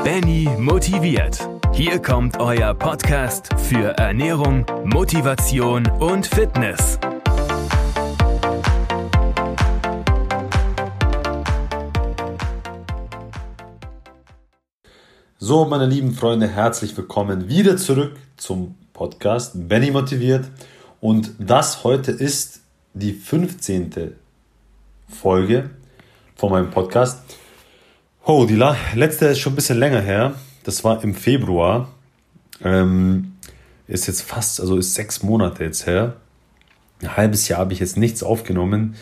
Benny motiviert. Hier kommt euer Podcast für Ernährung, Motivation und Fitness. So, meine lieben Freunde, herzlich willkommen wieder zurück zum Podcast Benny motiviert. Und das heute ist die 15. Folge von meinem Podcast. Oh, die letzte ist schon ein bisschen länger her. Das war im Februar. Ist jetzt ist 6 Monate jetzt her. Ein halbes Jahr habe ich jetzt nichts aufgenommen.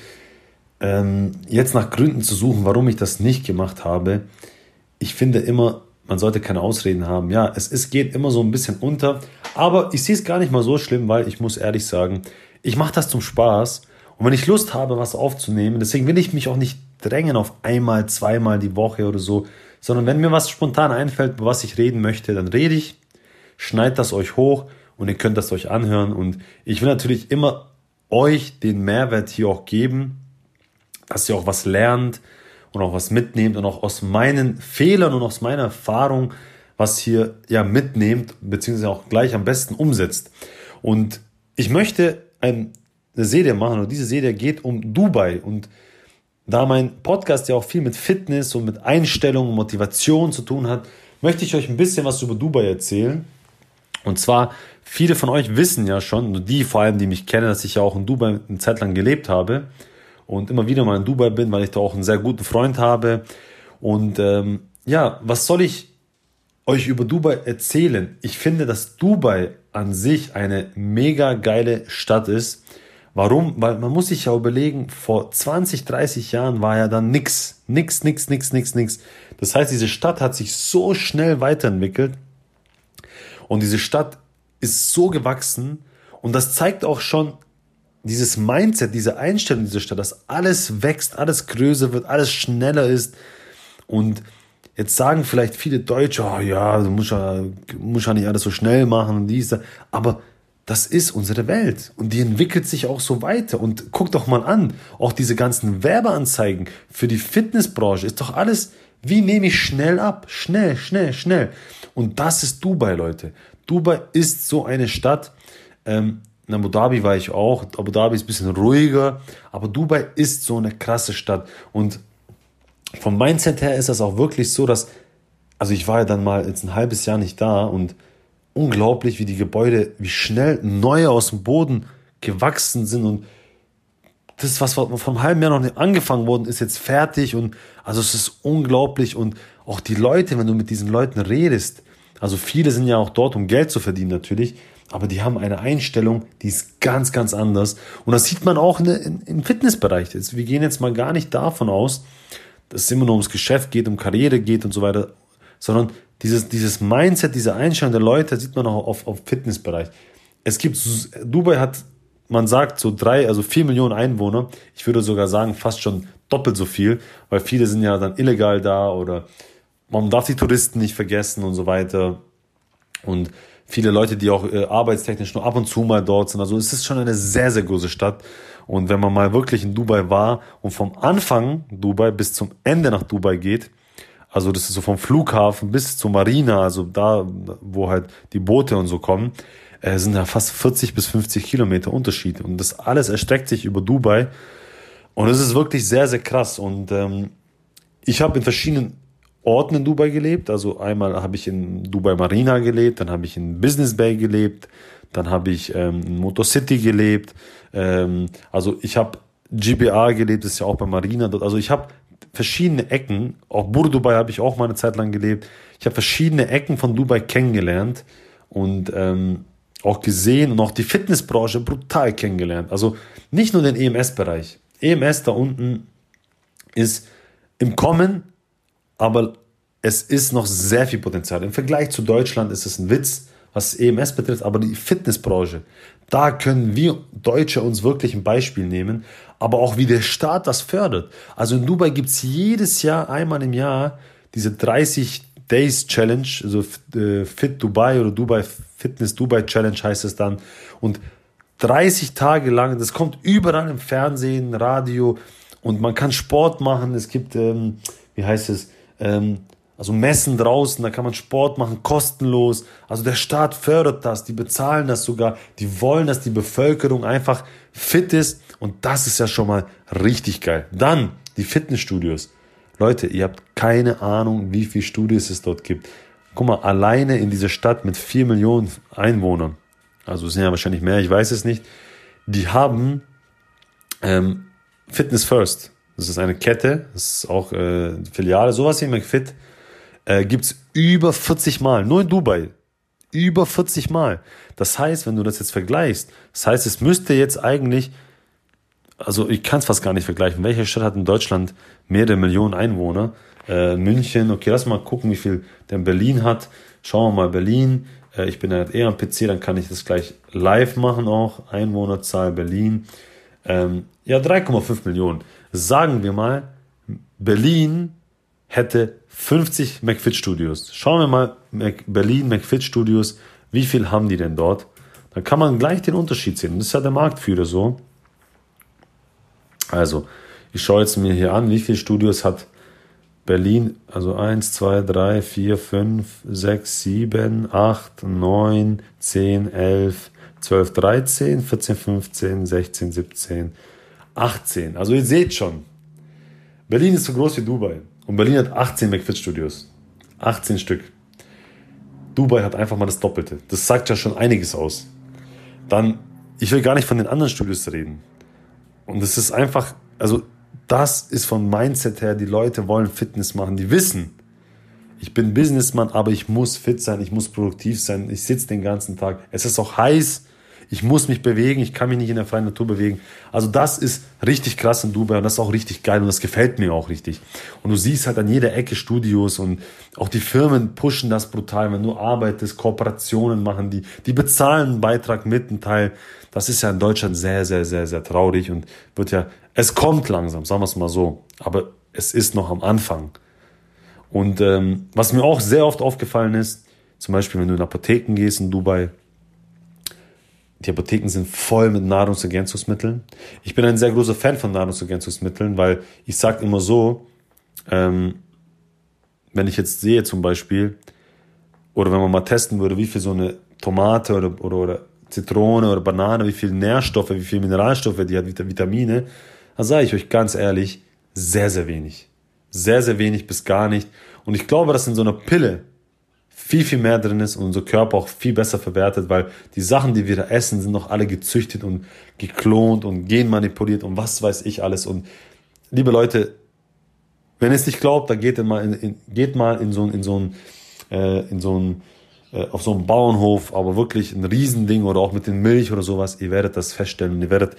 Jetzt nach Gründen zu suchen, warum ich das nicht gemacht habe. Ich finde immer, man sollte keine Ausreden haben. Ja, geht immer so ein bisschen unter. Aber ich sehe es gar nicht mal so schlimm, weil ich muss ehrlich sagen, ich mache das zum Spaß. Und wenn ich Lust habe, was aufzunehmen, deswegen will ich mich auch nicht drängen auf einmal, zweimal die Woche oder so, sondern wenn mir was spontan einfällt, über was ich reden möchte, dann rede ich, schneid das euch hoch und ihr könnt das euch anhören. Und ich will natürlich immer euch den Mehrwert hier auch geben, dass ihr auch was lernt und auch was mitnehmt und auch aus meinen Fehlern und aus meiner Erfahrung was hier ja mitnehmt, beziehungsweise auch gleich am besten umsetzt. Und ich möchte eine Serie machen, und diese Serie geht um Dubai. Und da mein Podcast ja auch viel mit Fitness und mit Einstellung und Motivation zu tun hat, möchte ich euch ein bisschen was über Dubai erzählen. Und zwar, viele von euch wissen ja schon, die vor allem, die mich kennen, dass ich ja auch in Dubai eine Zeit lang gelebt habe und immer wieder mal in Dubai bin, weil ich da auch einen sehr guten Freund habe. Und was soll ich euch über Dubai erzählen? Ich finde, dass Dubai an sich eine mega geile Stadt ist. Warum? Weil man muss sich ja überlegen, vor 20, 30 Jahren war ja dann nix. Das heißt, diese Stadt hat sich so schnell weiterentwickelt und diese Stadt ist so gewachsen und das zeigt auch schon dieses Mindset, diese Einstellung dieser Stadt, dass alles wächst, alles größer wird, alles schneller ist. Und jetzt sagen vielleicht viele Deutsche, oh ja, du musst ja nicht alles so schnell machen und dies, aber das ist unsere Welt und die entwickelt sich auch so weiter. Und guckt doch mal an, auch diese ganzen Werbeanzeigen für die Fitnessbranche ist doch alles, wie nehme ich schnell ab? Schnell. Und das ist Dubai, Leute. Dubai ist so eine Stadt. In Abu Dhabi war ich auch. Abu Dhabi ist ein bisschen ruhiger, aber Dubai ist so eine krasse Stadt. Und vom Mindset her ist das auch wirklich so, dass, also ich war ja dann mal jetzt ein halbes Jahr nicht da und unglaublich, wie die Gebäude, wie schnell neue aus dem Boden gewachsen sind und das, was vor einem halben Jahr noch nicht angefangen worden ist, jetzt fertig und also es ist unglaublich und auch die Leute, wenn du mit diesen Leuten redest, also viele sind ja auch dort, um Geld zu verdienen natürlich, aber die haben eine Einstellung, die ist ganz, ganz anders und das sieht man auch im Fitnessbereich. Wir gehen jetzt mal gar nicht davon aus, dass es immer nur ums Geschäft geht, um Karriere geht und so weiter, sondern dieses Mindset, diese Einstellung der Leute sieht man auch auf Fitnessbereich. Dubai hat, man sagt so 4 Millionen Einwohner. Ich würde sogar sagen fast schon doppelt so viel, weil viele sind ja dann illegal da oder man darf die Touristen nicht vergessen und so weiter. Und viele Leute, die auch arbeitstechnisch nur ab und zu mal dort sind. Also es ist schon eine sehr, sehr große Stadt. Und wenn man mal wirklich in Dubai war und vom Anfang Dubai bis zum Ende nach Dubai geht, also das ist so vom Flughafen bis zur Marina, also da, wo halt die Boote und so kommen, sind da fast 40 bis 50 Kilometer Unterschied. Und das alles erstreckt sich über Dubai. Und es ist wirklich sehr, sehr krass. Und ich habe in verschiedenen Orten in Dubai gelebt. Also einmal habe ich in Dubai Marina gelebt, dann habe ich in Business Bay gelebt, dann habe ich in Motor City gelebt. Also ich habe GBA gelebt, das ist ja auch bei Marina dort. Also ich habe verschiedene Ecken, auch Dubai habe ich auch mal eine Zeit lang gelebt. Ich habe verschiedene Ecken von Dubai kennengelernt und auch gesehen und auch die Fitnessbranche brutal kennengelernt. Also nicht nur den EMS-Bereich. EMS da unten ist im Kommen, aber es ist noch sehr viel Potenzial. Im Vergleich zu Deutschland ist es ein Witz, was EMS betrifft, aber die Fitnessbranche, da können wir Deutsche uns wirklich ein Beispiel nehmen, aber auch wie der Staat das fördert. Also in Dubai gibt es jedes Jahr, einmal im Jahr, diese 30 Days Challenge, also Fit Dubai oder Dubai Fitness Dubai Challenge heißt es dann. Und 30 Tage lang, das kommt überall im Fernsehen, Radio und man kann Sport machen. Es gibt, Also Messen draußen, da kann man Sport machen, kostenlos. Also der Staat fördert das, die bezahlen das sogar. Die wollen, dass die Bevölkerung einfach fit ist. Und das ist ja schon mal richtig geil. Dann die Fitnessstudios. Leute, ihr habt keine Ahnung, wie viele Studios es dort gibt. Guck mal, alleine in dieser Stadt mit 4 Millionen Einwohnern, also es sind ja wahrscheinlich mehr, ich weiß es nicht, die haben Fitness First. Das ist eine Kette, das ist auch die Filiale, sowas wie McFit, gibt es über 40 Mal, nur in Dubai. Über 40 Mal. Das heißt, wenn du das jetzt vergleichst, das heißt, es müsste jetzt eigentlich, also ich kann es fast gar nicht vergleichen, welche Stadt hat in Deutschland mehrere Millionen Einwohner? München, okay, lass mal gucken, wie viel der in Berlin hat. Schauen wir mal Berlin. Ich bin ja eher am PC, dann kann ich das gleich live machen auch. Einwohnerzahl Berlin. Ja, 3,5 Millionen. Sagen wir mal, Berlin hätte 50 McFit-Studios. Schauen wir mal, Berlin, McFit-Studios, wie viel haben die denn dort? Dann kann man gleich den Unterschied sehen. Das ist ja der Marktführer so. Also, ich schaue jetzt mir hier an, wie viele Studios hat Berlin, also 1, 2, 3, 4, 5, 6, 7, 8, 9, 10, 11, 12, 13, 14, 15, 16, 17, 18. Also ihr seht schon, Berlin ist so groß wie Dubai. Und Berlin hat 18 McFit-Studios. 18 Stück. Dubai hat einfach mal das Doppelte. Das sagt ja schon einiges aus. Dann, ich will gar nicht von den anderen Studios reden. Und es ist einfach, also das ist vom Mindset her, die Leute wollen Fitness machen, die wissen, ich bin Businessman, aber ich muss fit sein, ich muss produktiv sein, ich sitze den ganzen Tag, es ist auch heiß, ich muss mich bewegen, ich kann mich nicht in der freien Natur bewegen. Also das ist richtig krass in Dubai und das ist auch richtig geil und das gefällt mir auch richtig. Und du siehst halt an jeder Ecke Studios und auch die Firmen pushen das brutal, wenn du arbeitest, Kooperationen machen die bezahlen einen Beitrag mit, einen Teil. Das ist ja in Deutschland sehr, sehr, sehr, sehr traurig und wird ja, es kommt langsam, sagen wir es mal so, aber es ist noch am Anfang. Und was mir auch sehr oft aufgefallen ist, zum Beispiel wenn du in Apotheken gehst in Dubai, die Apotheken sind voll mit Nahrungsergänzungsmitteln. Ich bin ein sehr großer Fan von Nahrungsergänzungsmitteln, weil ich sage immer so, wenn ich jetzt sehe zum Beispiel, oder wenn man mal testen würde, wie viel so eine Tomate oder Zitrone oder Banane, wie viel Nährstoffe, wie viel Mineralstoffe die hat, Vitamine, dann sage ich euch ganz ehrlich, sehr, sehr wenig. Sehr, sehr wenig bis gar nicht. Und ich glaube, dass in so einer Pille viel, viel mehr drin ist und unser Körper auch viel besser verwertet, weil die Sachen, die wir da essen, sind noch alle gezüchtet und geklont und genmanipuliert und was weiß ich alles. Und liebe Leute, wenn ihr es nicht glaubt, dann geht mal auf so einen Bauernhof, aber wirklich ein Riesending oder auch mit den Milch oder sowas, ihr werdet das feststellen und ihr werdet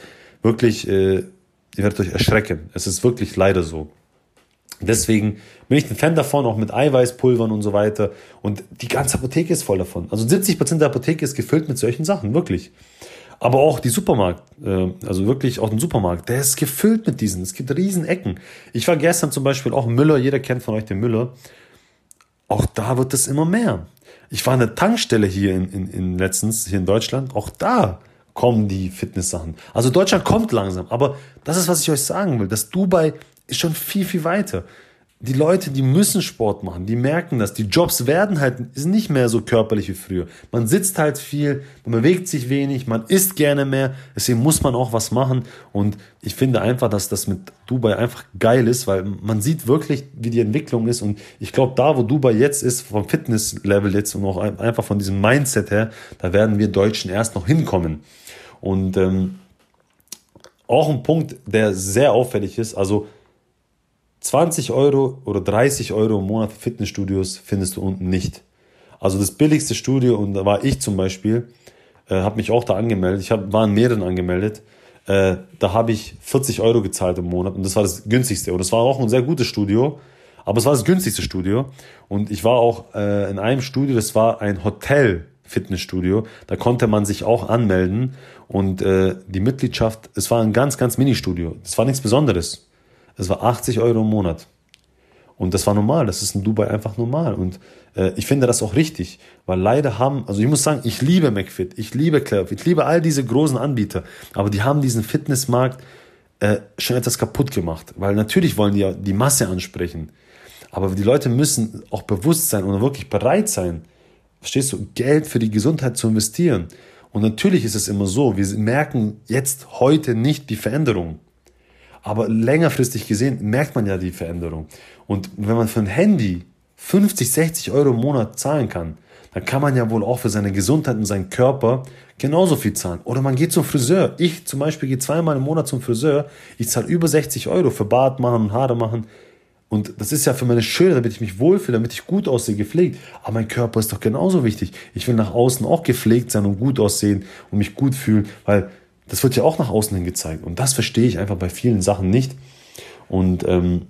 euch erschrecken. Es ist wirklich leider so. Deswegen bin ich ein Fan davon, auch mit Eiweißpulvern und so weiter. Und die ganze Apotheke ist voll davon. Also 70% der Apotheke ist gefüllt mit solchen Sachen, wirklich. Aber auch die Supermarkt, also wirklich auch ein Supermarkt, der ist gefüllt mit diesen. Es gibt riesen Ecken. Ich war gestern zum Beispiel auch im Müller, jeder kennt von euch den Müller. Auch da wird es immer mehr. Ich war an der Tankstelle hier letztens, hier in Deutschland, auch da kommen die Fitness-Sachen. Also Deutschland kommt langsam, aber das ist, was ich euch sagen will. Das Dubai ist schon viel, viel weiter. Die Leute, die müssen Sport machen, die merken das. Die Jobs ist nicht mehr so körperlich wie früher. Man sitzt halt viel, man bewegt sich wenig, man isst gerne mehr. Deswegen muss man auch was machen. Und ich finde einfach, dass das mit Dubai einfach geil ist, weil man sieht wirklich, wie die Entwicklung ist. Und ich glaube, da, wo Dubai jetzt ist, vom Fitnesslevel jetzt und auch einfach von diesem Mindset her, da werden wir Deutschen erst noch hinkommen. Und auch ein Punkt, der sehr auffällig ist, also 20 Euro oder 30 Euro im Monat für Fitnessstudios findest du unten nicht. Also das billigste Studio, und da war ich zum Beispiel, habe mich auch da angemeldet, war in mehreren angemeldet, da habe ich 40 Euro gezahlt im Monat und das war das günstigste. Und das war auch ein sehr gutes Studio, aber es war das günstigste Studio. Und ich war auch in einem Studio, das war ein Hotel-Fitnessstudio, da konnte man sich auch anmelden und die Mitgliedschaft, es war ein ganz, ganz Mini-Studio, das war nichts Besonderes. Es war 80 Euro im Monat. Und das war normal. Das ist in Dubai einfach normal. Und ich finde das auch richtig. Weil leider also ich muss sagen, ich liebe McFit, ich liebe Clearfit, ich liebe all diese großen Anbieter. Aber die haben diesen Fitnessmarkt schon etwas kaputt gemacht. Weil natürlich wollen die ja die Masse ansprechen. Aber die Leute müssen auch bewusst sein und wirklich bereit sein, verstehst du, Geld für die Gesundheit zu investieren. Und natürlich ist es immer so, wir merken jetzt heute nicht die Veränderung. Aber längerfristig gesehen merkt man ja die Veränderung. Und wenn man für ein Handy 50, 60 Euro im Monat zahlen kann, dann kann man ja wohl auch für seine Gesundheit und seinen Körper genauso viel zahlen. Oder man geht zum Friseur. Ich zum Beispiel gehe 2-mal im Monat zum Friseur. Ich zahle über 60 Euro für Bart machen und Haare machen. Und das ist ja für meine Schöne, damit ich mich wohlfühle, damit ich gut aussehe, gepflegt. Aber mein Körper ist doch genauso wichtig. Ich will nach außen auch gepflegt sein und gut aussehen und mich gut fühlen, weil das wird ja auch nach außen hin gezeigt. Und das verstehe ich einfach bei vielen Sachen nicht. Und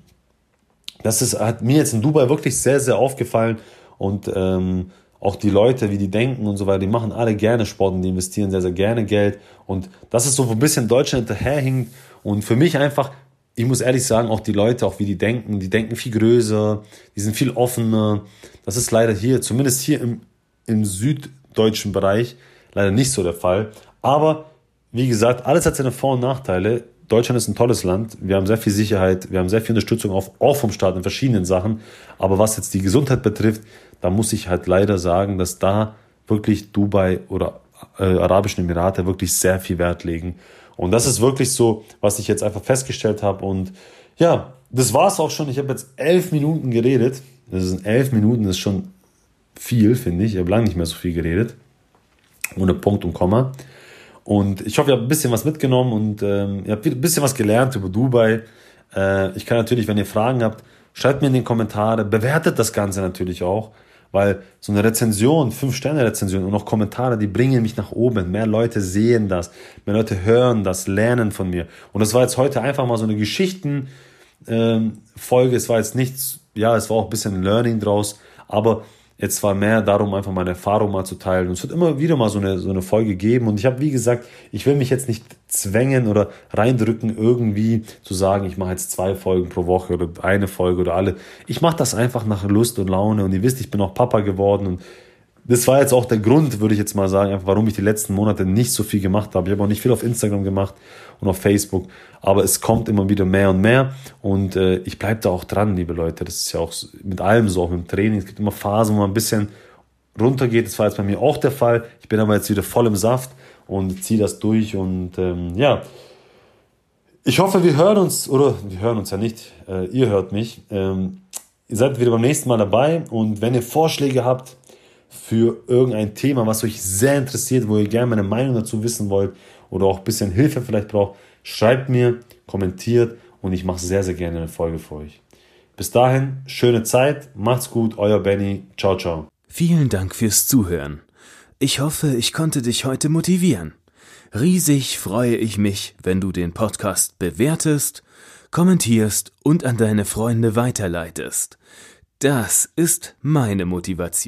hat mir jetzt in Dubai wirklich sehr, sehr aufgefallen. Und auch die Leute, wie die denken und so weiter, die machen alle gerne Sport und die investieren sehr, sehr gerne Geld. Und das ist so ein bisschen Deutschland hinterherhinkt. Und für mich einfach, ich muss ehrlich sagen, auch die Leute, auch wie die denken viel größer, die sind viel offener. Das ist leider hier, zumindest hier im süddeutschen Bereich, leider nicht so der Fall. Aber wie gesagt, alles hat seine Vor- und Nachteile. Deutschland ist ein tolles Land. Wir haben sehr viel Sicherheit, wir haben sehr viel Unterstützung auch vom Staat in verschiedenen Sachen. Aber was jetzt die Gesundheit betrifft, da muss ich halt leider sagen, dass da wirklich Dubai oder Arabischen Emirate wirklich sehr viel Wert legen. Und das ist wirklich so, was ich jetzt einfach festgestellt habe. Und ja, das war's auch schon. Ich habe jetzt 11 Minuten geredet. Das sind 11 Minuten, das ist schon viel, finde ich. Ich habe lange nicht mehr so viel geredet. Ohne Punkt und Komma. Und ich hoffe, ihr habt ein bisschen was mitgenommen und ihr habt ein bisschen was gelernt über Dubai. Ich kann natürlich, wenn ihr Fragen habt, schreibt mir in die Kommentare, bewertet das Ganze natürlich auch, weil so eine Rezension, 5-Sterne-Rezension und auch Kommentare, die bringen mich nach oben. Mehr Leute sehen das, mehr Leute hören das, lernen von mir. Und das war jetzt heute einfach mal so eine Geschichten-Folge. Es war jetzt nichts, ja, es war auch ein bisschen Learning draus, aber jetzt war mehr darum, einfach meine Erfahrung mal zu teilen. Und es wird immer wieder mal so eine Folge geben. Und ich habe, wie gesagt, ich will mich jetzt nicht zwängen oder reindrücken, irgendwie zu sagen, ich mache jetzt 2 Folgen pro Woche oder eine Folge oder alle. Ich mache das einfach nach Lust und Laune. Und ihr wisst, ich bin auch Papa geworden. Und das war jetzt auch der Grund, würde ich jetzt mal sagen, einfach warum ich die letzten Monate nicht so viel gemacht habe. Ich habe auch nicht viel auf Instagram gemacht und auf Facebook. Aber es kommt immer wieder mehr und mehr. Und ich bleibe da auch dran, liebe Leute. Das ist ja auch mit allem so, auch mit dem Training. Es gibt immer Phasen, wo man ein bisschen runtergeht. Das war jetzt bei mir auch der Fall. Ich bin aber jetzt wieder voll im Saft und ziehe das durch. Und ja, ich hoffe, wir hören uns ja nicht. Ihr hört mich. Ihr seid wieder beim nächsten Mal dabei. Und wenn ihr Vorschläge habt für irgendein Thema, was euch sehr interessiert, wo ihr gerne meine Meinung dazu wissen wollt oder auch ein bisschen Hilfe vielleicht braucht, schreibt mir, kommentiert und ich mache sehr, sehr gerne eine Folge für euch. Bis dahin, schöne Zeit, macht's gut, euer Benny, ciao, ciao. Vielen Dank fürs Zuhören. Ich hoffe, ich konnte dich heute motivieren. Riesig freue ich mich, wenn du den Podcast bewertest, kommentierst und an deine Freunde weiterleitest. Das ist meine Motivation.